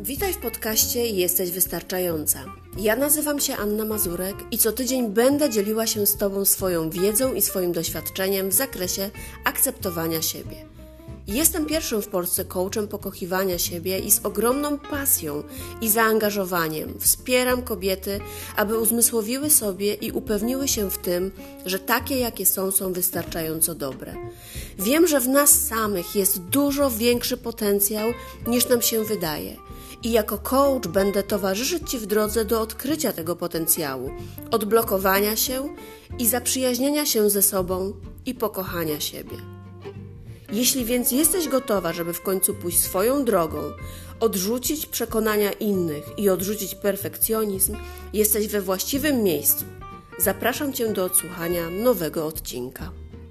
Witaj w podcaście Jesteś Wystarczająca. Ja nazywam się Anna Mazurek i co tydzień będę dzieliła się z Tobą swoją wiedzą i swoim doświadczeniem w zakresie akceptowania siebie. Jestem pierwszym w Polsce coachem pokochiwania siebie i z ogromną pasją i zaangażowaniem wspieram kobiety, aby uzmysłowiły sobie i upewniły się w tym, że takie jakie są wystarczająco dobre. Wiem, że w nas samych jest dużo większy potencjał niż nam się wydaje. I jako coach będę towarzyszyć Ci w drodze do odkrycia tego potencjału, odblokowania się i zaprzyjaźnienia się ze sobą i pokochania siebie. Jeśli więc jesteś gotowa, żeby w końcu pójść swoją drogą, odrzucić przekonania innych i odrzucić perfekcjonizm, jesteś we właściwym miejscu. Zapraszam Cię do odsłuchania nowego odcinka.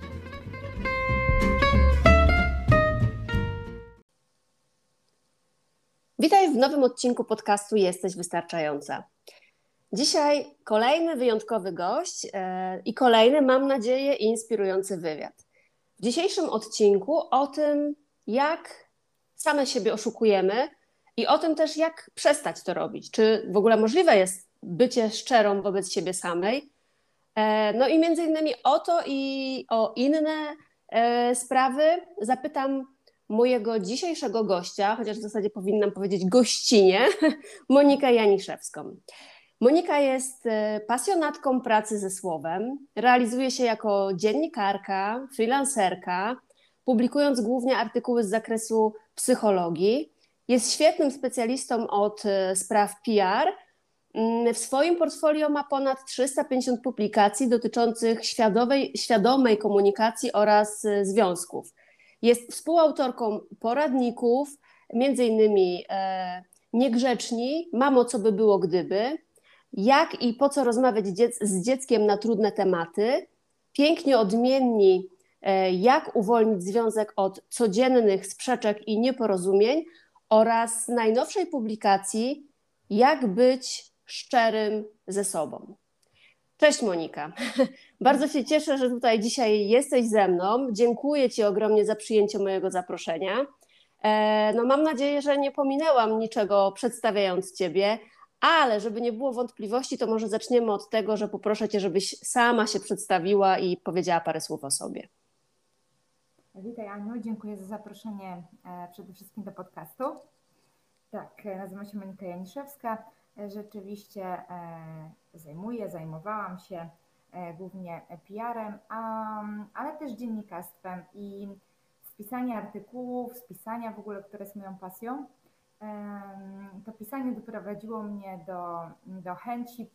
Witaj w nowym odcinku podcastu Jesteś Wystarczająca. Dzisiaj kolejny wyjątkowy gość i kolejny, mam nadzieję, inspirujący wywiad. W dzisiejszym odcinku o tym, jak same siebie oszukujemy i o tym też, jak przestać to robić. Czy w ogóle możliwe jest bycie szczerą wobec siebie samej? No i między innymi o to i o inne sprawy zapytam mojego dzisiejszego gościa, chociaż w zasadzie powinnam powiedzieć gościnię, Monikę Janiszewską. Monika jest pasjonatką pracy ze słowem, realizuje się jako dziennikarka, freelancerka, publikując głównie artykuły z zakresu psychologii. Jest świetnym specjalistą od spraw PR. W swoim portfolio ma ponad 350 publikacji dotyczących świadomej komunikacji oraz związków. Jest współautorką poradników, między innymi Niegrzeczni, Mamo, co by było gdyby, jak i po co rozmawiać z dzieckiem na trudne tematy, Pięknie odmienni, jak uwolnić związek od codziennych sprzeczek i nieporozumień oraz najnowszej publikacji Jak być szczerym ze sobą. Cześć Monika, bardzo się cieszę, że tutaj dzisiaj jesteś ze mną. Dziękuję Ci ogromnie za przyjęcie mojego zaproszenia. No mam nadzieję, że nie pominęłam niczego przedstawiając Ciebie, ale żeby nie było wątpliwości, to może zaczniemy od tego, że poproszę Cię, żebyś sama się przedstawiła i powiedziała parę słów o sobie. Witaj Aniu, dziękuję za zaproszenie przede wszystkim do podcastu. Tak, nazywam się Monika Janiszewska. Rzeczywiście zajmowałam się głównie PR-em, ale też dziennikarstwem i pisanie artykułów, pisania w ogóle, które jest moją pasją. To pisanie doprowadziło mnie do chęci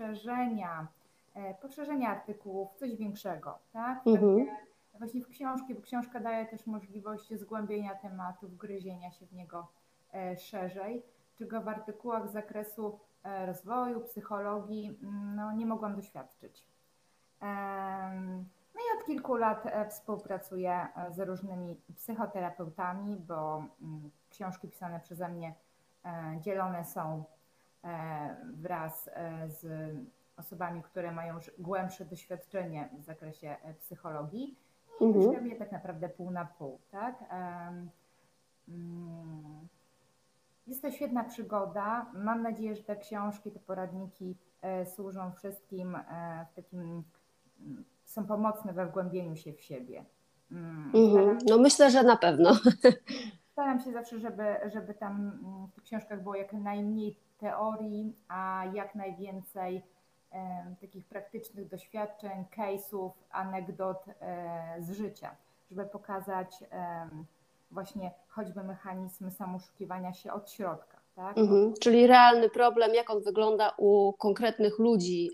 poszerzenia artykułów, coś większego, tak? Właśnie w książki, bo książka daje też możliwość zgłębienia tematu, wgryzienia się w niego szerzej, czego w artykułach z zakresu rozwoju, psychologii nie mogłam doświadczyć. No i od kilku lat współpracuję z różnymi psychoterapeutami, bo książki pisane przeze mnie dzielone są wraz z osobami, które mają już głębsze doświadczenie w zakresie psychologii i myślę mnie tak naprawdę pół na pół, tak? Jest to świetna przygoda. Mam nadzieję, że te książki, te poradniki służą wszystkim są pomocne we wgłębieniu się w siebie. No myślę, że na pewno. Staram się zawsze, żeby tam w tych książkach było jak najmniej teorii, a jak najwięcej takich praktycznych doświadczeń, case'ów, anegdot z życia, żeby pokazać właśnie choćby mechanizmy samooszukiwania się od środka. Tak? Czyli realny problem, jak on wygląda u konkretnych ludzi,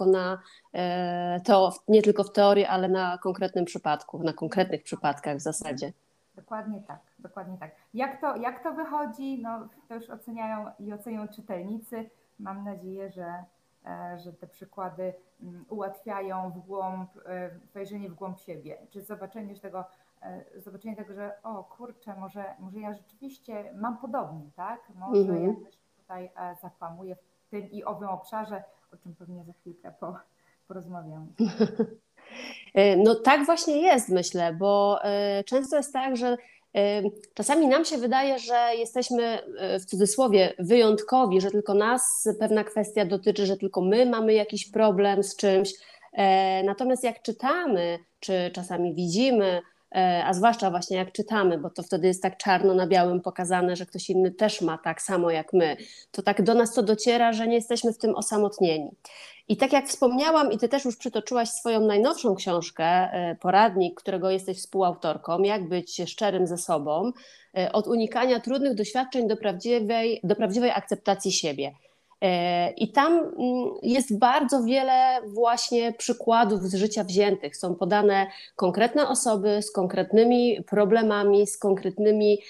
nie tylko w teorii, ale na konkretnym przypadku, na konkretnych przypadkach w zasadzie. Dokładnie tak. Jak to wychodzi, no to już ocenią czytelnicy. Mam nadzieję, że te przykłady ułatwiają wejrzenie w głąb siebie, czy zobaczenie tego, że o kurczę, może ja rzeczywiście mam podobnie, tak? Może ja też tutaj zakłamuję w tym i owym obszarze, o czym pewnie za chwilkę porozmawiamy. No tak właśnie jest, myślę, bo często jest tak, że Czasami nam się wydaje, że jesteśmy w cudzysłowie wyjątkowi, że tylko nas pewna kwestia dotyczy, że tylko my mamy jakiś problem z czymś. Natomiast jak czytamy, czy czasami widzimy, a zwłaszcza właśnie jak czytamy, bo to wtedy jest tak czarno na białym pokazane, że ktoś inny też ma tak samo jak my, to tak do nas to dociera, że nie jesteśmy w tym osamotnieni. I tak jak wspomniałam, i ty też już przytoczyłaś swoją najnowszą książkę, poradnik, którego jesteś współautorką, jak być szczerym ze sobą, od unikania trudnych doświadczeń do prawdziwej akceptacji siebie. I tam jest bardzo wiele właśnie przykładów z życia wziętych. Są podane konkretne osoby z konkretnymi problemami, z konkretnymi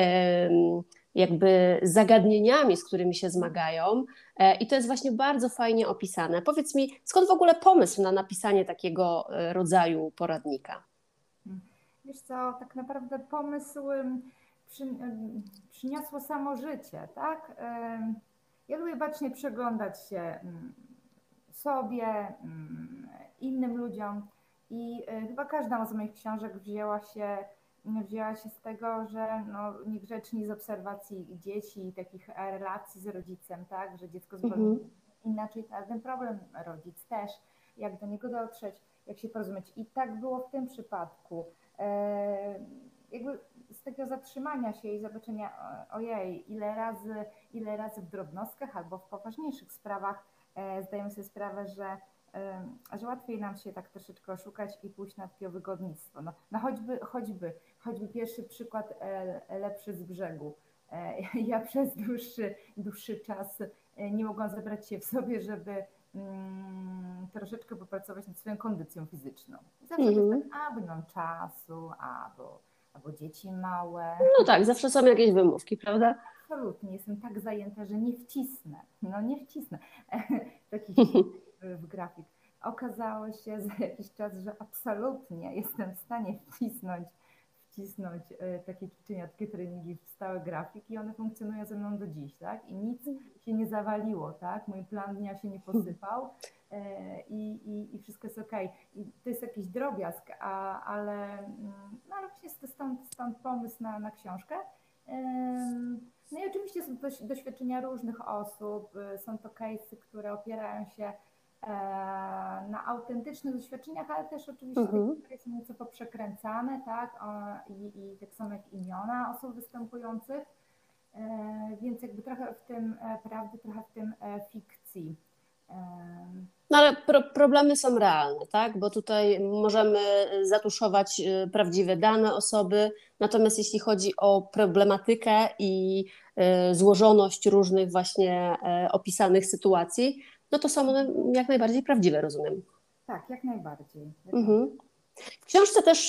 jakby zagadnieniami, z którymi się zmagają. I to jest właśnie bardzo fajnie opisane. Powiedz mi, skąd w ogóle pomysł na napisanie takiego rodzaju poradnika? Wiesz co, tak naprawdę pomysł przyniosło samo życie, tak? Ja lubię bacznie przyglądać się sobie, innym ludziom i chyba każda z moich książek wzięła się z tego, że no, niegrzeczni z obserwacji dzieci i takich relacji z rodzicem, tak, że dziecko zupełnie inaczej ten problem, rodzic też, jak do niego dotrzeć, jak się porozumieć. I tak było w tym przypadku. Jakby z tego zatrzymania się i zobaczenia, ojej, ile razy w drobnostkach albo w poważniejszych sprawach zdajemy sobie sprawę, że łatwiej nam się tak troszeczkę oszukać i pójść na takiego wygodnictwo. No choćby pierwszy przykład lepszy z brzegu. Ja przez dłuższy czas nie mogłam zebrać się w sobie, żeby troszeczkę popracować nad swoją kondycją fizyczną. Zawsze to jest tak, bo nie mam czasu, albo dzieci małe. No tak, zawsze są jakieś wymówki, prawda? Absolutnie, jestem tak zajęta, że nie wcisnę. No nie wcisnę taki w grafik. Okazało się za jakiś czas, że absolutnie jestem w stanie wcisnąć takie ćwiczenia, takie treningi w stały grafik i one funkcjonują ze mną do dziś, tak? I nic się nie zawaliło, tak? Mój plan dnia się nie posypał i wszystko jest okej. I to jest jakiś drobiazg, ale właśnie stąd pomysł na książkę. No i oczywiście są to doświadczenia różnych osób, są to case'y, które opierają się na autentycznych doświadczeniach, ale też oczywiście które są nieco poprzekręcane, tak? I tak samo jak imiona osób występujących, więc jakby trochę w tym prawdy, trochę w tym fikcji. No ale problemy są realne, tak? Bo tutaj możemy zatuszować prawdziwe dane osoby, natomiast jeśli chodzi o problematykę i złożoność różnych właśnie opisanych sytuacji, no to są one jak najbardziej prawdziwe, rozumiem. Tak, jak najbardziej. W książce też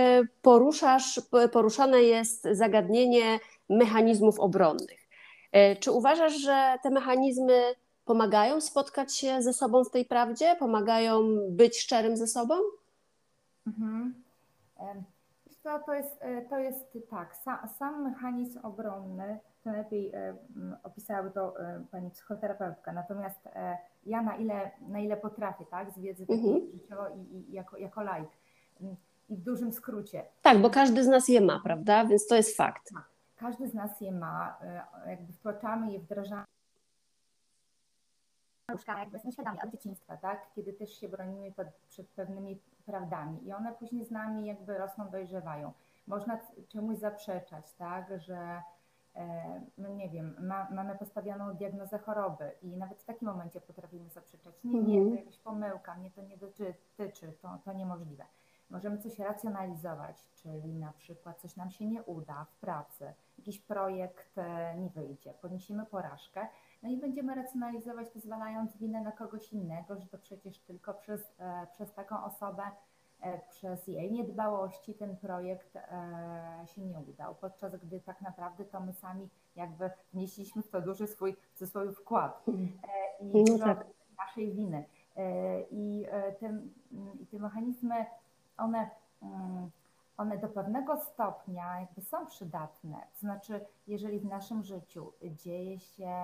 poruszane jest zagadnienie mechanizmów obronnych. Czy uważasz, że te mechanizmy pomagają spotkać się ze sobą w tej prawdzie? Pomagają być szczerym ze sobą? Wiesz co, to jest tak, sam mechanizm obronny, to lepiej opisałaby to pani psychoterapeutka, natomiast ja na ile potrafię, tak, z wiedzy takiej życiowej i jako laik. I w dużym skrócie. Tak, bo każdy z nas je ma, prawda? Więc to jest fakt. Każdy z nas je ma, jakby wtłaczamy je, wdrażamy. Jakby jesteśmy świadomi od dzieciństwa, tak? Kiedy też się bronimy przed pewnymi prawdami i one później z nami jakby rosną, dojrzewają. Można czemuś zaprzeczać, tak? Że no nie wiem, mamy postawioną diagnozę choroby i nawet w takim momencie potrafimy zaprzeczać. Nie, to jakaś pomyłka, mnie to nie dotyczy, to niemożliwe. Możemy coś racjonalizować, czyli na przykład coś nam się nie uda w pracy, jakiś projekt nie wyjdzie, poniesiemy porażkę, no i będziemy racjonalizować to, zwalając winę na kogoś innego, że to przecież tylko przez taką osobę, przez jej niedbałości ten projekt się nie udał, podczas gdy tak naprawdę to my sami jakby wnieśliśmy w to duży swój wkład i dużo naszej winy. I te mechanizmy, one do pewnego stopnia jakby są przydatne. To znaczy, jeżeli w naszym życiu dzieje się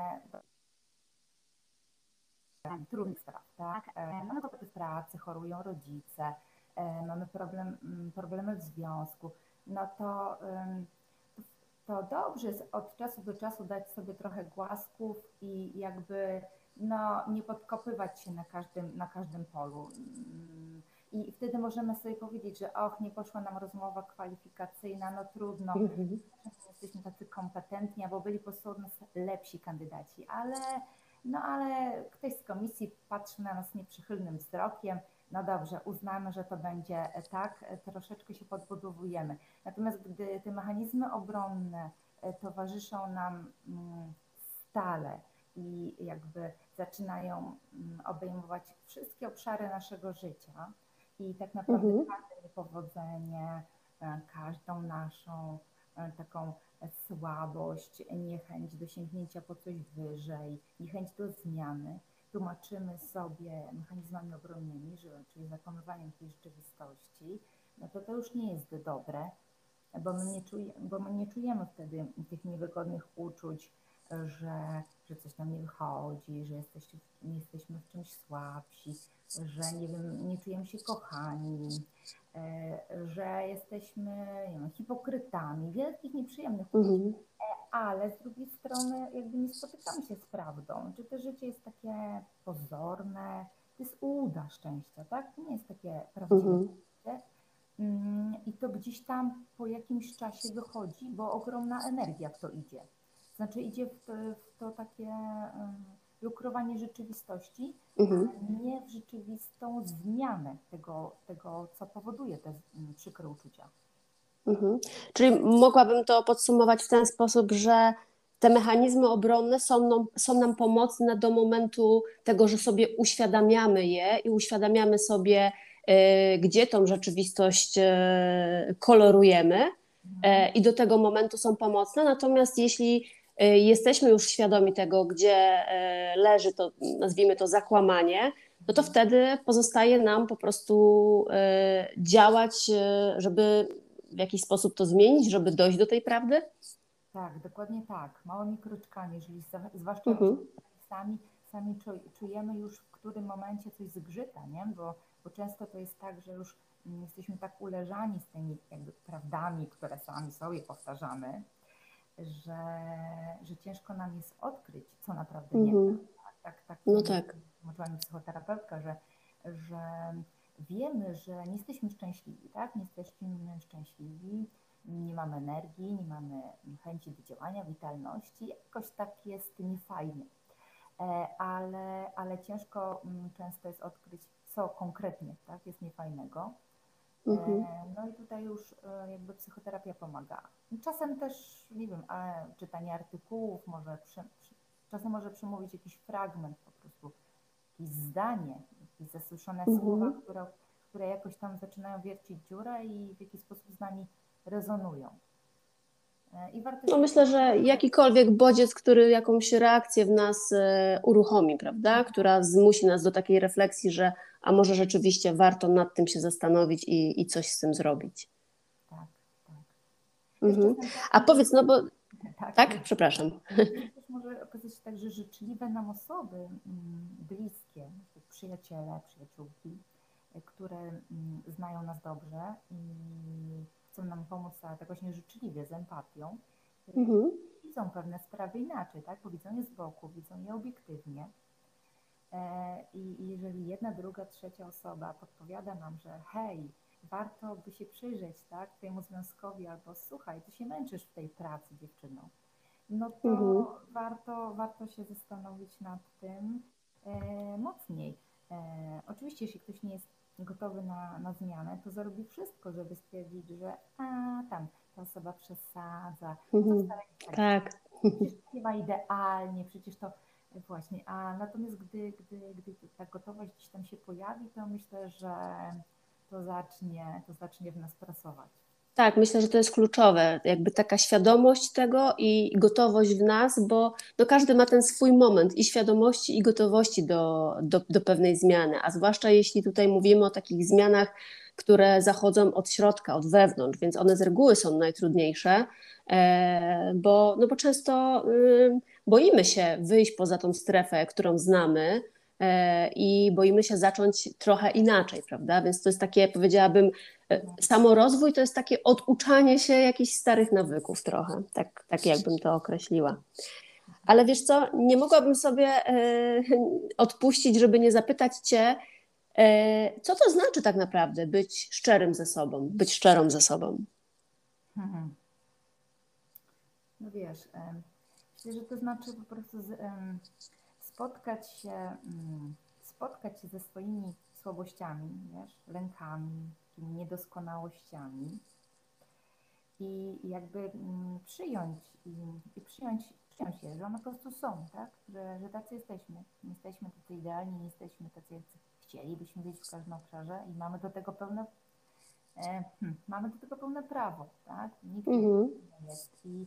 trudnych spraw, tak? Mamy kłopoty w pracy, chorują rodzice, mamy problemy w związku, no to to dobrze jest od czasu do czasu dać sobie trochę głasków i jakby nie podkopywać się na każdym polu. I wtedy możemy sobie powiedzieć, że nie poszła nam rozmowa kwalifikacyjna, no trudno, Mhm. jesteśmy tacy kompetentni, albo byli po prostu od nas lepsi kandydaci, ale ktoś z komisji patrzy na nas nieprzychylnym wzrokiem. No dobrze, uznamy, że to będzie tak, troszeczkę się podbudowujemy. Natomiast gdy te mechanizmy obronne towarzyszą nam stale i jakby zaczynają obejmować wszystkie obszary naszego życia i tak naprawdę każde niepowodzenie, każdą naszą taką słabość, niechęć do sięgnięcia po coś wyżej, niechęć do zmiany, tłumaczymy sobie mechanizmami obronnymi, czyli zakłamywaniem tej rzeczywistości, no to już nie jest dobre, bo my nie czujemy wtedy tych niewygodnych uczuć, że coś nam nie wychodzi, że jesteśmy w czymś słabsi, że nie wiem, nie czujemy się kochani, że jesteśmy, nie wiem, hipokrytami, wiele takich nieprzyjemnych uczuć, ale z drugiej strony jakby nie spotykamy się z prawdą, czy to życie jest takie pozorne, to jest ułuda szczęścia, tak? To nie jest takie prawdziwe życie. I to gdzieś tam po jakimś czasie wychodzi, bo ogromna energia w to idzie. Znaczy idzie w to takie lukrowanie rzeczywistości, a nie w rzeczywistą zmianę tego co powoduje te przykre uczucia. Czyli mogłabym to podsumować w ten sposób, że te mechanizmy obronne są nam pomocne do momentu tego, że sobie uświadamiamy je i uświadamiamy sobie, gdzie tą rzeczywistość kolorujemy i do tego momentu są pomocne. Natomiast jeśli jesteśmy już świadomi tego, gdzie leży to, nazwijmy to, zakłamanie, no to wtedy pozostaje nam po prostu działać, żeby w jakiś sposób to zmienić, żeby dojść do tej prawdy? Tak, dokładnie tak. Małymi kroczkami, jeżeli zwłaszcza jeżeli sami czujemy już, w którym momencie coś zgrzyta, nie? Bo często to jest tak, że już jesteśmy tak uleżani z tymi jakby prawdami, które sami sobie powtarzamy, że ciężko nam jest odkryć, co naprawdę nie tak. Tak, no tak. mówiła mi psychoterapeutka, że wiemy, że nie jesteśmy szczęśliwi, tak? Nie jesteśmy szczęśliwi, nie mamy energii, nie mamy chęci do działania, witalności, jakoś tak jest niefajnie. Ale ciężko często jest odkryć, co konkretnie, tak, jest niefajnego. No i tutaj już jakby psychoterapia pomaga. Czasem też, nie wiem, czytanie artykułów, czasem może przemówić jakiś fragment po prostu, jakieś zdanie, jakieś zasłyszone słowa, które jakoś tam zaczynają wiercić dziurę i w jakiś sposób z nami rezonują. No myślę, że jakikolwiek bodziec, który jakąś reakcję w nas uruchomi, prawda, która zmusi nas do takiej refleksji, że a może rzeczywiście warto nad tym się zastanowić i coś z tym zrobić. Tak, tak. A powiedz, no bo... Tak? Przepraszam. Też może okazać się tak, że życzliwe nam osoby bliskie, przyjaciele, przyjaciółki, które znają nas dobrze i chcą nam pomóc tak właśnie życzliwie, z empatią, widzą pewne sprawy inaczej, tak? Bo widzą je z boku, widzą je obiektywnie. I jeżeli jedna, druga, trzecia osoba podpowiada nam, że hej, warto by się przyjrzeć, tak, twojemu związkowi, albo słuchaj, ty się męczysz w tej pracy, dziewczyno, no to warto się zastanowić nad tym mocniej. Oczywiście, jeśli ktoś nie jest gotowy na zmianę, to zrobi wszystko, żeby stwierdzić, że ta osoba przesadza, tak. Przecież nie ma idealnie, przecież to właśnie, natomiast gdy ta gotowość gdzieś tam się pojawi, to myślę, że to zacznie w nas pracować. Tak, myślę, że to jest kluczowe, jakby taka świadomość tego i gotowość w nas, bo każdy ma ten swój moment i świadomości, i gotowości do pewnej zmiany, a zwłaszcza jeśli tutaj mówimy o takich zmianach, które zachodzą od środka, od wewnątrz, więc one z reguły są najtrudniejsze, bo często boimy się wyjść poza tą strefę, którą znamy, i boimy się zacząć trochę inaczej, prawda? Więc to jest takie, powiedziałabym, samorozwój to jest takie oduczanie się jakichś starych nawyków trochę, tak jakbym to określiła. Ale wiesz co, nie mogłabym sobie odpuścić, żeby nie zapytać Cię, co to znaczy tak naprawdę być szczerym ze sobą, być szczerą ze sobą? Mhm. No wiesz, myślę, że to znaczy po prostu spotkać się ze swoimi słabościami, wiesz, lękami, takimi niedoskonałościami i jakby przyjąć je, że one po prostu są, tak? Że tacy jesteśmy. Nie jesteśmy tacy idealni, nie jesteśmy tacy, jak chcielibyśmy być w każdym obszarze i mamy do tego pełne prawo, tak? Nikt Mhm. nie jest. I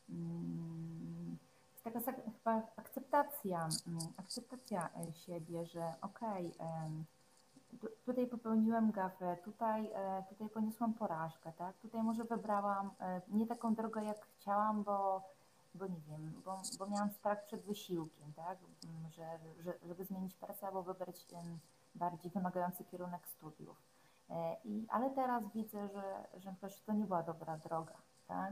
jest taka chyba akceptacja siebie, że okej, tutaj popełniłem gafę, tutaj poniosłam porażkę, tak? Tutaj może wybrałam nie taką drogę, jak chciałam, bo nie wiem, bo miałam strach przed wysiłkiem, tak? Żeby zmienić pracę albo wybrać bardziej wymagający kierunek studiów. Ale teraz widzę, że to nie była dobra droga, tak?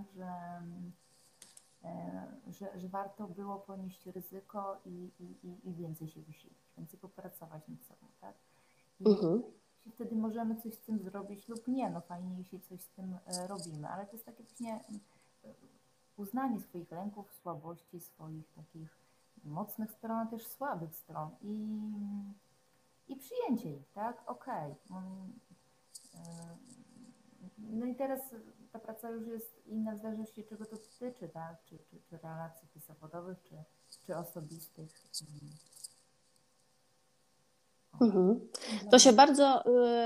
Że warto było ponieść ryzyko i więcej się wysilić, więcej popracować nad sobą, tak? I Mhm. wtedy możemy coś z tym zrobić lub nie, no fajnie, jeśli coś z tym robimy, ale to jest takie właśnie uznanie swoich lęków, słabości, swoich takich mocnych stron, a też słabych stron i przyjęcie ich, tak? Okej. No i teraz ta praca już jest inna w zależności czego to dotyczy, tak? Czy relacji zawodowych, czy osobistych. O. Mhm. To No. się bardzo,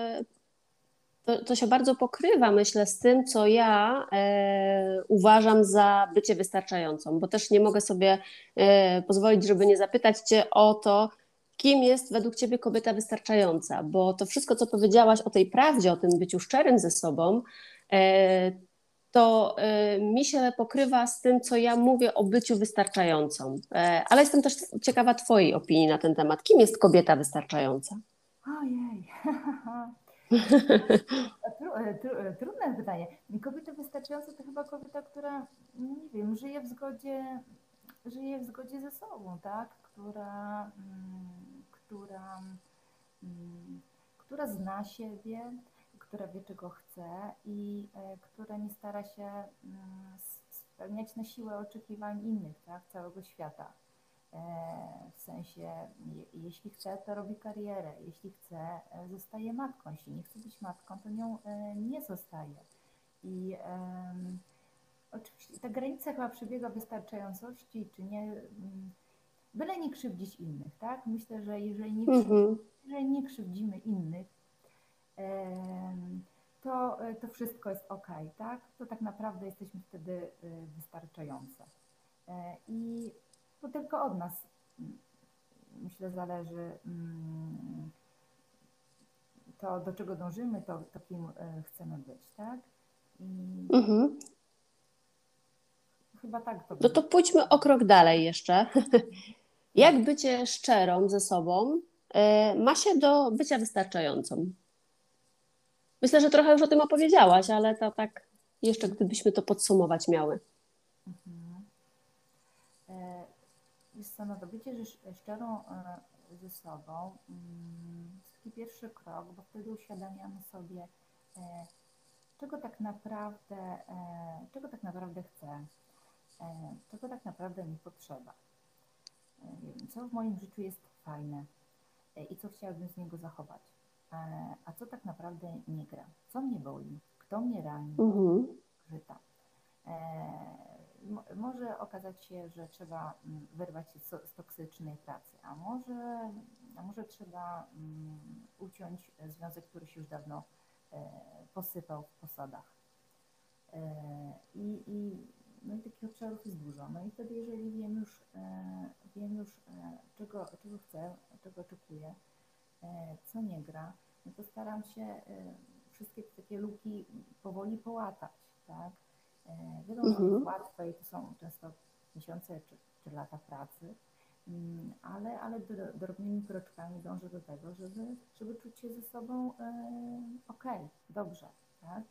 to się bardzo pokrywa, myślę, z tym, co ja uważam za bycie wystarczającą, bo też nie mogę sobie pozwolić, żeby nie zapytać Cię o to, kim jest według Ciebie kobieta wystarczająca, bo to wszystko, co powiedziałaś o tej prawdzie, o tym byciu szczerym ze sobą, e, to mi się pokrywa z tym, co ja mówię o byciu wystarczającą. Ale jestem też ciekawa Twojej opinii na ten temat. Kim jest kobieta wystarczająca? Ojej. Trudne pytanie. Kobieta wystarczająca to chyba kobieta, która, no nie wiem, żyje w zgodzie ze sobą, tak? Która, mm, która zna siebie, która wie, czego chce i która nie stara się spełniać na siłę oczekiwań innych, tak? Całego świata. W sensie, jeśli chce, to robi karierę, jeśli chce, zostaje matką, jeśli nie chce być matką, to nią nie zostaje. I oczywiście ta granica chyba przebiega wystarczającości, czy nie, byle nie krzywdzić innych, tak? Myślę, że Mhm. jeżeli nie krzywdzimy innych, to wszystko jest ok, tak? To tak naprawdę jesteśmy wtedy wystarczające. I to tylko od nas, myślę, zależy to, do czego dążymy, to kim chcemy być, tak? I Mhm. chyba tak to No bym. to pójdźmy o krok dalej jeszcze. Tak. Jak bycie szczerą ze sobą ma się do bycia wystarczającą? Myślę, że trochę już o tym opowiedziałaś, ale to tak jeszcze gdybyśmy to podsumować miały. Mhm. Jest co, no to bycie szczerą ze sobą jest taki pierwszy krok, bo wtedy uświadamiamy sobie, e, czego tak naprawdę chcę, czego tak naprawdę mi potrzeba, co w moim życiu jest fajne i co chciałabym z niego zachować, a co tak naprawdę nie gra, co mnie boli, kto mnie rani, Mhm. żyta. Może okazać się, że trzeba wyrwać się z toksycznej pracy, a może trzeba uciąć związek, który się już dawno posypał w posadach. No i takich obszarów jest dużo. No i wtedy, jeżeli wiem już czego chcę, czego oczekuję, co nie gra, no to staram się wszystkie takie luki powoli połatać, tak? Wiadomo, że to jest Mhm. łatwe i to są często miesiące czy lata pracy, ale drobnymi kroczkami dążę do tego, żeby czuć się ze sobą okej, dobrze, tak?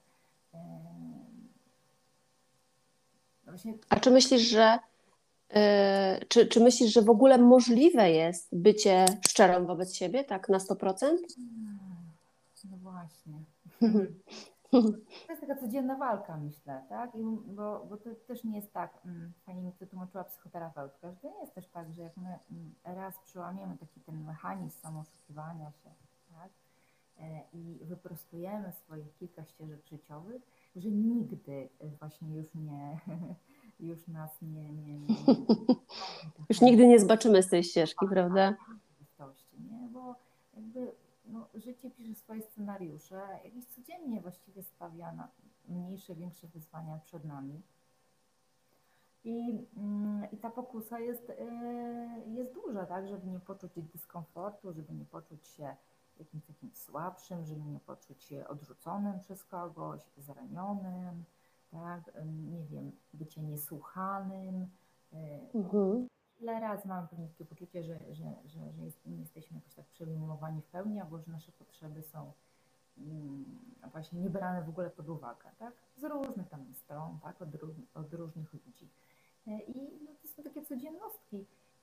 No właśnie, A czy myślisz, że czy myślisz, że w ogóle możliwe jest bycie szczerą wobec siebie, tak na 100%? no właśnie. To jest taka codzienna walka, myślę, tak? Bo to też nie jest tak, pani mi to tłumaczyła psychoterapeutka, że to nie jest też tak, że jak my raz przełamiemy taki ten mechanizm samooszukiwania się, tak? I wyprostujemy swoje kilka ścieżek życiowych, że nigdy właśnie już nas nie ta Już chęć nigdy nie zbaczymy z tej ścieżki, prawda? rzeczywistości, nie? Bo jakby życie pisze swoje scenariusze, jakieś codziennie właściwie stawia na mniejsze, większe wyzwania przed nami. I ta pokusa jest duża, tak, żeby nie poczuć dyskomfortu, żeby nie poczuć się jakimś takim słabszym, żeby nie poczuć się odrzuconym przez kogoś, zranionym, tak, nie wiem, bycie niesłuchanym. Mhm. Ile razy mam pewnie takie poczucie, że nie jesteśmy jakoś tak przejmowani w pełni, albo że nasze potrzeby są właśnie nie brane w ogóle pod uwagę, tak? Z różnych tam stron, tak? Od różnych ludzi. No, to są takie codziennostki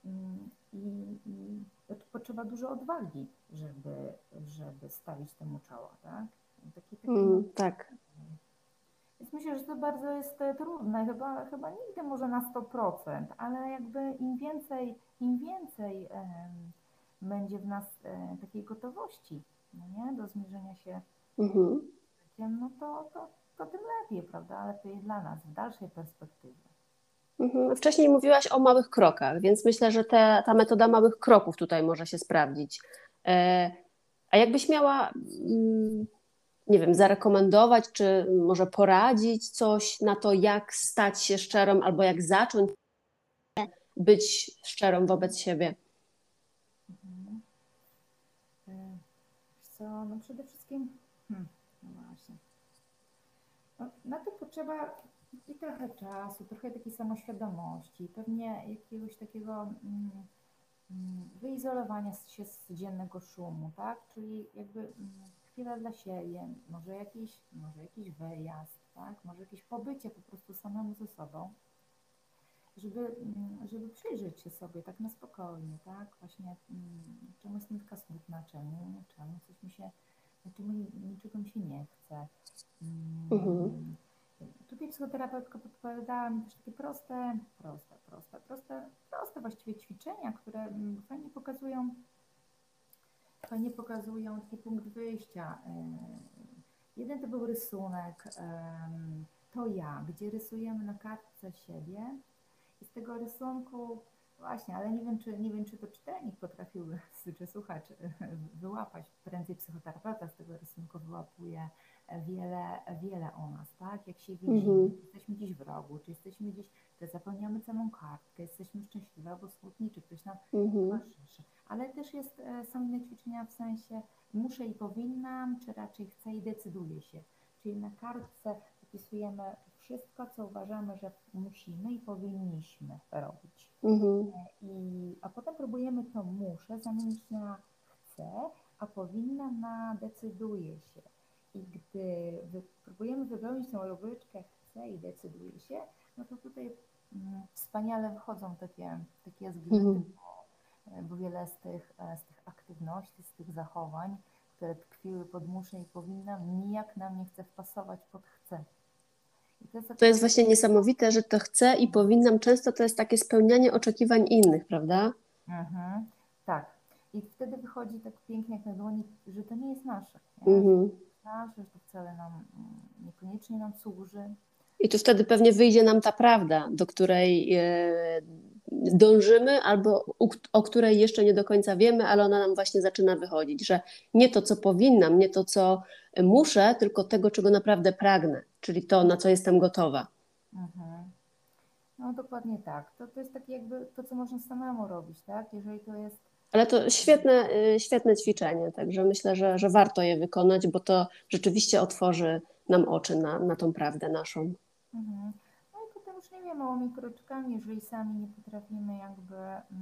i potrzeba dużo odwagi, żeby stawić temu czoła, tak? No, Tak. więc myślę, że to bardzo jest trudne, chyba nigdy może na 100%, ale jakby im więcej będzie w nas takiej gotowości, no nie, do zmierzenia się Mhm. z życiem, no to tym lepiej, prawda? Lepiej dla nas w dalszej perspektywie. Mhm. Wcześniej mówiłaś o małych krokach, więc myślę, że ta metoda małych kroków tutaj może się sprawdzić. A jakbyś miała, nie wiem, zarekomendować, czy może poradzić coś na to, jak stać się szczerą, albo jak zacząć być szczerą wobec siebie? Mhm. Wiesz co, no przede wszystkim, no właśnie, no, na to potrzeba i trochę czasu, trochę takiej samoświadomości, pewnie jakiegoś takiego wyizolowania się z codziennego szumu, tak? Czyli jakby chwila dla siebie, może jakiś wyjazd, tak? Może jakieś pobycie po prostu samemu ze sobą, żeby przyjrzeć się sobie tak na spokojnie, tak? Właśnie czemu jestem taka smutna, czemu coś mi się, czemu niczego mi się nie chce. Mhm. Tutaj psychoterapeutka podpowiadała mi też takie proste właściwie ćwiczenia, które fajnie pokazują taki punkt wyjścia. Jeden to był rysunek, to ja, gdzie rysujemy na kartce siebie i z tego rysunku właśnie, ale nie wiem, czy to czytelnik potrafił, czy słuchacz wyłapać. Prędzej psychoterapeuta z tego rysunku wyłapuje wiele o nas, tak? Jak się widzimy, Mhm. czy jesteśmy gdzieś w rogu, czy jesteśmy gdzieś, czy zapełniamy całą kartkę, jesteśmy szczęśliwi albo smutni, czy ktoś nam Mhm. towarzyszy. Ale też są inne ćwiczenia w sensie muszę i powinnam, czy raczej chcę i decyduję się. Czyli na kartce zapisujemy wszystko, co uważamy, że musimy i powinniśmy robić. Mhm. A potem próbujemy to muszę zamienić na chcę, a powinna na decyduje się. I gdy próbujemy wypełnić tą rubryczkę chcę i decyduje się, no to tutaj wspaniale wychodzą takie względy, Mhm. bo wiele z tych aktywności, z tych zachowań, które tkwiły pod muszę i powinnam, nijak nam nie chce wpasować pod chcę. I to jest To jest właśnie niesamowite, że to chcę i powinnam. Często to jest takie spełnianie oczekiwań innych, prawda? Tak. I wtedy wychodzi tak pięknie jak na dłoni, że to nie jest nasze, nie? Że to Mhm. nie jest nasze, że to wcale niekoniecznie nam służy. I tu wtedy pewnie wyjdzie nam ta prawda, do której dążymy, albo o której jeszcze nie do końca wiemy, ale ona nam właśnie zaczyna wychodzić, że nie to, co powinnam, nie to, co muszę, tylko tego, czego naprawdę pragnę, czyli to, na co jestem gotowa. Mhm. No dokładnie tak. To jest takie jakby to, co można samemu robić, tak? Jeżeli to jest. Ale to świetne ćwiczenie, także myślę, że warto je wykonać, bo to rzeczywiście otworzy nam oczy na tą prawdę naszą. Mhm. No i potem różnymi małymi kroczkami, jeżeli sami nie potrafimy jakby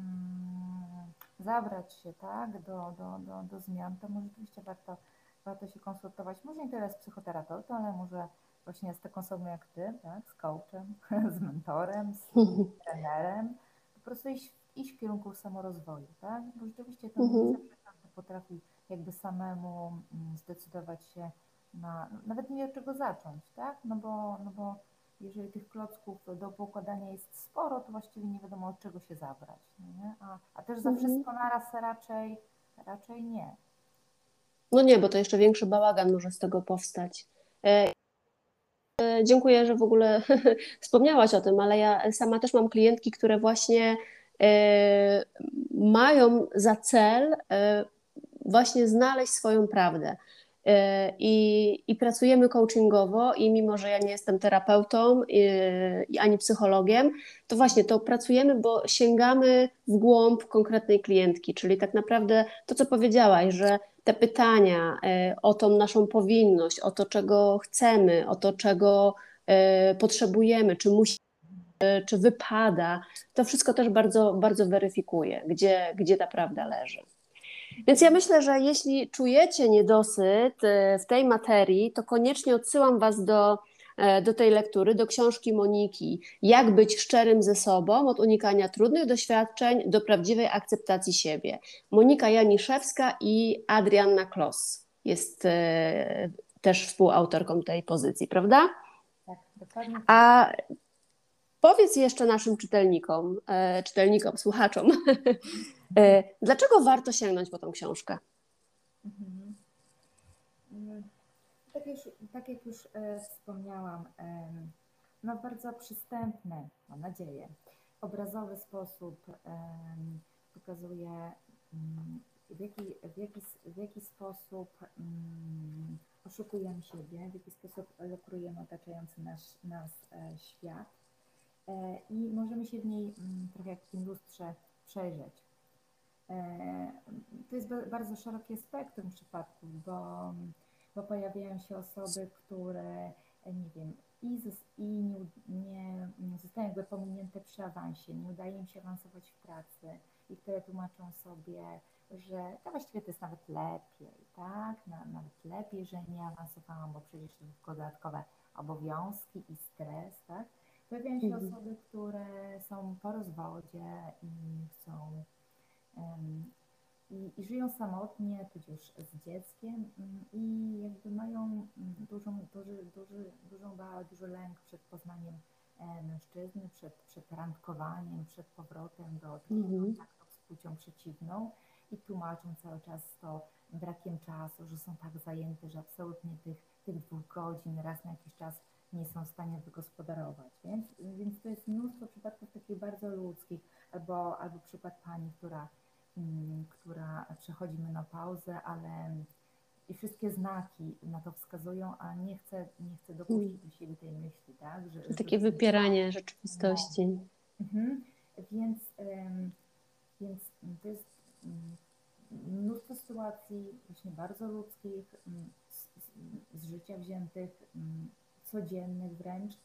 zabrać się, tak, do zmian, to może rzeczywiście warto się konsultować, może nie tyle z psychoterapeutą, ale może właśnie z taką osobą jak ty, tak, z coachem, z mentorem, z trenerem, po prostu iść w kierunku samorozwoju, tak, bo rzeczywiście to nie zawsze każdy potrafi jakby samemu zdecydować się na, nawet nie od czego zacząć, tak, no bo jeżeli tych klocków do poukładania jest sporo, to właściwie nie wiadomo od czego się zabrać, no nie? A też za wszystko naraz raczej nie. No nie, bo to jeszcze większy bałagan może z tego powstać. Dziękuję, że w ogóle wspomniałaś o tym, ale ja sama też mam klientki, które właśnie mają za cel właśnie znaleźć swoją prawdę. I pracujemy coachingowo i mimo, że ja nie jestem terapeutą ani psychologiem, to właśnie to pracujemy, bo sięgamy w głąb konkretnej klientki, czyli tak naprawdę to, co powiedziałaś, że te pytania o tą naszą powinność, o to, czego chcemy, o to, czego potrzebujemy, czy musimy, czy wypada, to wszystko też bardzo, bardzo weryfikuje, gdzie ta prawda leży. Więc ja myślę, że jeśli czujecie niedosyt w tej materii, to koniecznie odsyłam Was do tej lektury, do książki Moniki Jak być szczerym ze sobą, od unikania trudnych doświadczeń do prawdziwej akceptacji siebie. Monika Janiszewska i Adrianna Kloss jest też współautorką tej pozycji, prawda? Tak, dokładnie. A powiedz jeszcze naszym czytelnikom, słuchaczom, dlaczego warto sięgnąć po tą książkę? Mhm. Tak jak już wspomniałam, no bardzo przystępny, mam nadzieję, obrazowy sposób pokazuje, w jaki sposób oszukujemy siebie, w jaki sposób lukrujemy otaczający nas świat i możemy się w niej trochę jak w tym lustrze przejrzeć. To jest bardzo szerokie spektrum przypadków, bo pojawiają się osoby, które, nie wiem, nie zostają jakby pominięte przy awansie, nie udaje im się awansować w pracy i które tłumaczą sobie, że to właściwie to jest nawet lepiej, tak? Nawet lepiej, że nie awansowałam, bo przecież to tylko dodatkowe obowiązki i stres, tak? Pojawiają się osoby, które są po rozwodzie i chcą i żyją samotnie, tudzież z dzieckiem i jakby mają duży lęk przed poznaniem mężczyzny, przed randkowaniem, przed powrotem do kontaktów z płcią przeciwną i tłumaczą cały czas to brakiem czasu, że są tak zajęte, że absolutnie tych 2 godzin raz na jakiś czas nie są w stanie wygospodarować. Więc to jest mnóstwo przypadków takich bardzo ludzkich, albo przykład pani, która przechodzi menopauzę, ale i wszystkie znaki na to wskazują, a nie chce dopuścić do siebie tej myśli, tak? Że takie wypieranie rzeczywistości. No. Więc to jest mnóstwo sytuacji właśnie bardzo ludzkich, z życia wziętych, codziennych wręcz,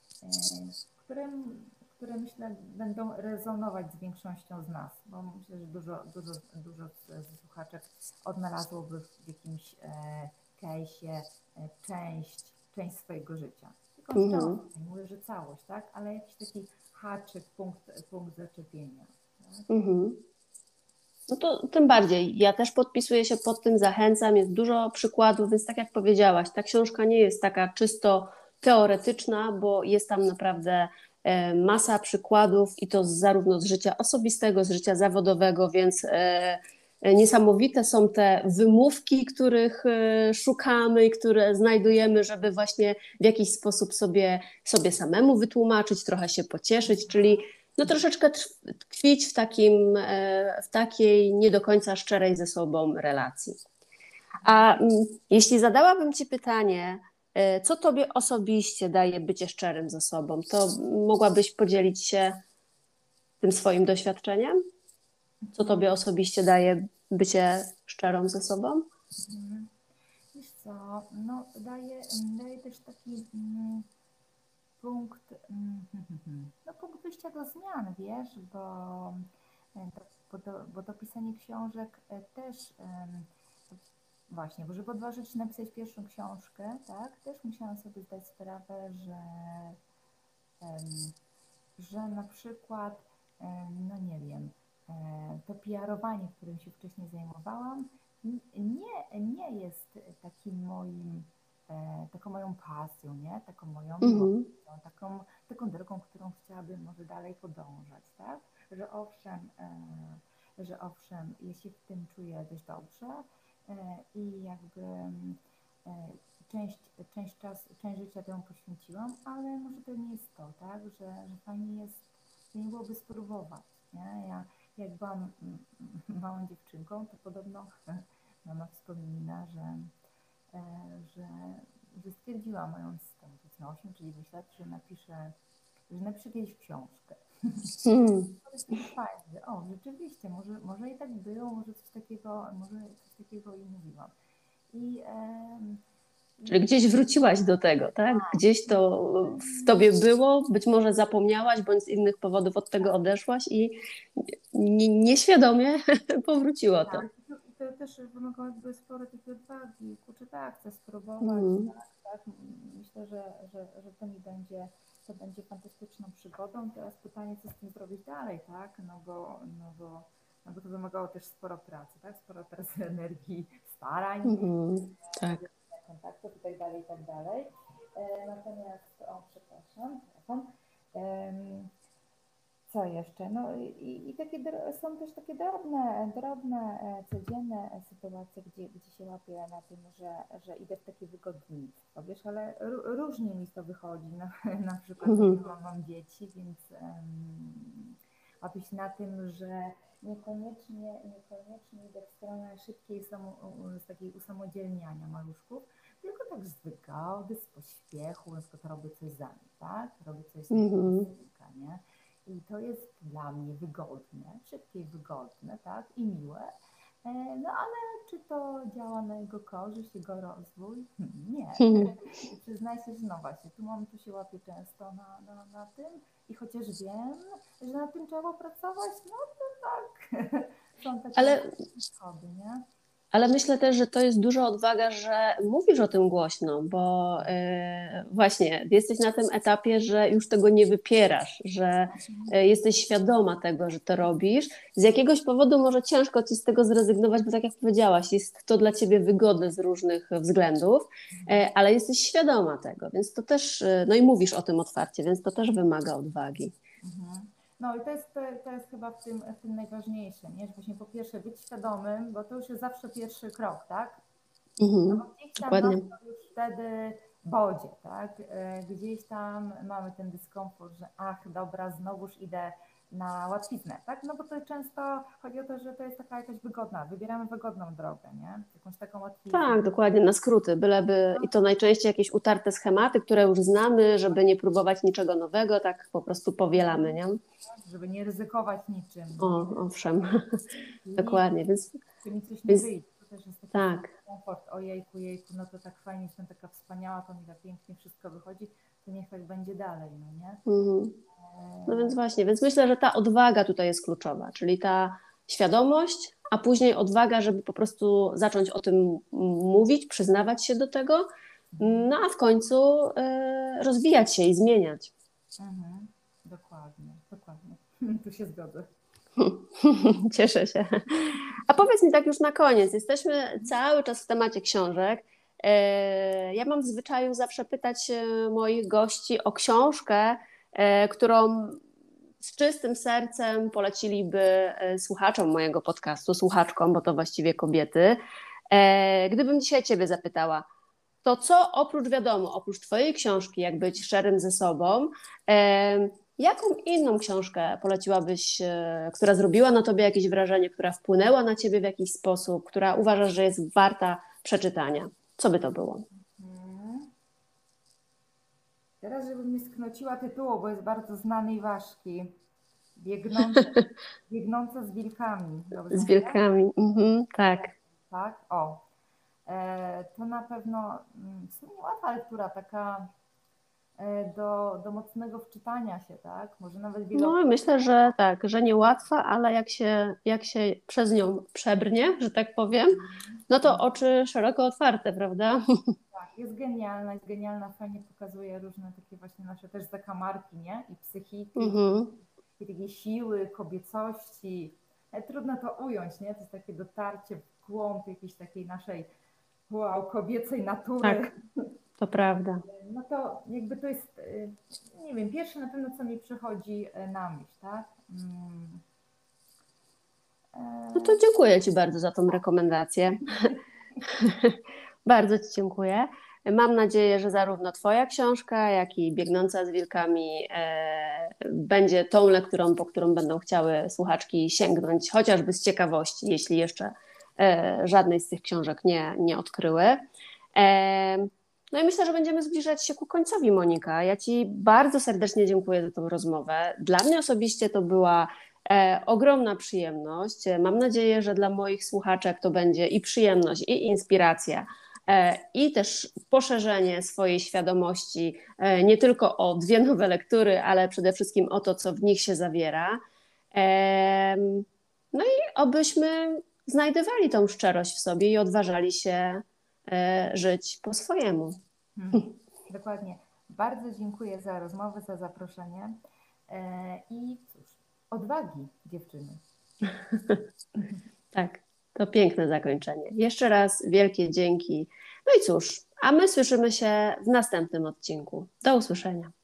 które myślę będą rezonować z większością z nas, bo myślę, że dużo z słuchaczek odnalazłoby w jakimś case'ie część swojego życia. Tylko cząstkę, nie mówię, że całość, tak? Ale jakiś taki haczyk, punkt zaczepienia. Tak? No to tym bardziej. Ja też podpisuję się pod tym, zachęcam, jest dużo przykładów, więc tak jak powiedziałaś, ta książka nie jest taka czysto teoretyczna, bo jest tam naprawdę masa przykładów i to zarówno z życia osobistego, z życia zawodowego, więc niesamowite są te wymówki, których szukamy i które znajdujemy, żeby właśnie w jakiś sposób sobie samemu wytłumaczyć, trochę się pocieszyć, czyli no troszeczkę tkwić w takiej nie do końca szczerej ze sobą relacji. A jeśli zadałabym Ci pytanie, co Tobie osobiście daje bycie szczerym ze sobą, to mogłabyś podzielić się tym swoim doświadczeniem? Co Tobie osobiście daje bycie szczerą ze sobą? Wiesz co, no daje też taki punkt, no punkt wyjścia do zmian, wiesz, bo to pisanie książek też właśnie, bo żeby odważyć się napisać pierwszą książkę, tak, też musiałam sobie zdać sprawę, że na przykład, no nie wiem, to PR-owanie, którym się wcześniej zajmowałam, nie jest taką moją pasją, nie? Taką moją miłością, taką drogą, którą chciałabym może dalej podążać, tak? Że owszem, ja się w tym czuję dość dobrze i jakby część życia temu poświęciłam, ale może to nie jest to, tak? Że fajnie byłoby spróbować, nie? Ja jak byłam małą dziewczynką, to podobno mama wspomina, że stwierdziła, mając tam 8 czy 9 lat, że napisze kiedyś książkę. To jest fajne. O, rzeczywiście, może i tak było, może coś takiego i mówiłam. Czyli gdzieś wróciłaś do tego, tak? Gdzieś to w tobie było, być może zapomniałaś, bądź z innych powodów od tego odeszłaś i nieświadomie powróciło to. Tak, i to też wymagało jakby sporo takiej odwagi. Kurczę, tak, chcę spróbować, tak. Myślę, że to będzie fantastyczną przygodą. Teraz pytanie, co z tym zrobić dalej, tak? No bo to wymagało też sporo pracy, tak? Sporo pracy, energii, starań, tak. kontaktów i tak dalej, i tak dalej. Natomiast, przepraszam, telefon. Co jeszcze? No i są też takie drobne, codzienne sytuacje, gdzie się łapię na tym, że idę w takie wygodnictwo, wiesz, ale różnie mi to wychodzi. Na przykład mam dzieci, więc łapię się na tym, że niekoniecznie idę w stronę szybkiej takiej usamodzielniania maluszków, tylko tak z wygody, z pośpiechu, na przykład robię coś za nie, tak? Robię coś za nie? I to jest dla mnie wygodne, szybkie i wygodne, tak? I miłe. No ale czy to działa na jego korzyść, jego rozwój? Nie. I przyznaj się, że no właśnie, tu się łapię często na tym i chociaż wiem, że na tym trzeba pracować, no to tak. Są takie schody, nie? Ale myślę też, że to jest duża odwaga, że mówisz o tym głośno, bo właśnie jesteś na tym etapie, że już tego nie wypierasz, że jesteś świadoma tego, że to robisz. Z jakiegoś powodu może ciężko ci z tego zrezygnować, bo tak jak powiedziałaś, jest to dla ciebie wygodne z różnych względów, ale jesteś świadoma tego, więc to też, no i mówisz o tym otwarcie, więc to też wymaga odwagi. No i to jest chyba w tym najważniejsze, nie? Że właśnie po pierwsze być świadomym, bo to już jest zawsze pierwszy krok, tak? No bo gdzieś tam nas to już wtedy bodzie, tak? Gdzieś tam mamy ten dyskomfort, że dobra, znowuż idę na łatwiznę, tak? No bo to często chodzi o to, że to jest taka jakaś wygodna, wybieramy wygodną drogę, nie? Jakąś taką łatwiznę. Tak, dokładnie, na skróty, byleby i to najczęściej jakieś utarte schematy, które już znamy, żeby nie próbować niczego nowego, tak po prostu powielamy, nie? Żeby nie ryzykować niczym. Owszem, dokładnie, więc mi coś nie wyjdzie, to też jest taki komfort, jejku, no to tak fajnie, jestem taka wspaniała, to mi tak pięknie wszystko wychodzi, to niech tak będzie dalej, no nie? No więc właśnie, więc myślę, że ta odwaga tutaj jest kluczowa, czyli ta świadomość, a później odwaga, żeby po prostu zacząć o tym mówić, przyznawać się do tego, no a w końcu rozwijać się i zmieniać. Dokładnie. Tu się zgodzę. Cieszę się. A powiedz mi tak już na koniec, jesteśmy cały czas w temacie książek. Ja mam w zwyczaju zawsze pytać moich gości o książkę, którą z czystym sercem poleciliby słuchaczom mojego podcastu, słuchaczkom, bo to właściwie kobiety. Gdybym dzisiaj Ciebie zapytała, to co oprócz Twojej książki, jak być szczerym ze sobą, jaką inną książkę poleciłabyś, która zrobiła na Tobie jakieś wrażenie, która wpłynęła na Ciebie w jakiś sposób, która uważasz, że jest warta przeczytania? Co by to było? Teraz, żebym nie sknociła tytułu, bo jest bardzo znany i ważki. Biegnące z wilkami. Dobrze z wilkami, tak. Tak, to na pewno w sumie łatwa lektura, taka do mocnego wczytania się, tak? Może nawet No i myślę, że tak, że niełatwa, ale jak się przez nią przebrnie, że tak powiem, no to oczy szeroko otwarte, prawda? Tak, jest genialna, fajnie pokazuje różne takie właśnie nasze też zakamarki, nie? I psychiki, Mhm. i takiej siły, kobiecości. Trudno to ująć, nie? To jest takie dotarcie w głąb jakiejś takiej naszej, wow, kobiecej natury. Tak, to prawda. No to jakby to jest, nie wiem, pierwsze na pewno, co mi przychodzi na myśl, tak? No to dziękuję Ci bardzo za tą rekomendację. Bardzo Ci dziękuję. Mam nadzieję, że zarówno Twoja książka, jak i Biegnąca z wilkami będzie tą lekturą, po którą będą chciały słuchaczki sięgnąć, chociażby z ciekawości, jeśli jeszcze żadnej z tych książek nie odkryły. No i myślę, że będziemy zbliżać się ku końcowi, Monika. Ja Ci bardzo serdecznie dziękuję za tą rozmowę. Dla mnie osobiście to była ogromna przyjemność. Mam nadzieję, że dla moich słuchaczek to będzie i przyjemność, i inspiracja, i też poszerzenie swojej świadomości nie tylko o dwie nowe lektury, ale przede wszystkim o to, co w nich się zawiera. No i obyśmy znajdowali tą szczerość w sobie i odważali się żyć po swojemu. Dokładnie. Bardzo dziękuję za rozmowę, za zaproszenie i cóż, odwagi dziewczyny. Tak, to piękne zakończenie. Jeszcze raz wielkie dzięki. No i cóż, a my słyszymy się w następnym odcinku. Do usłyszenia.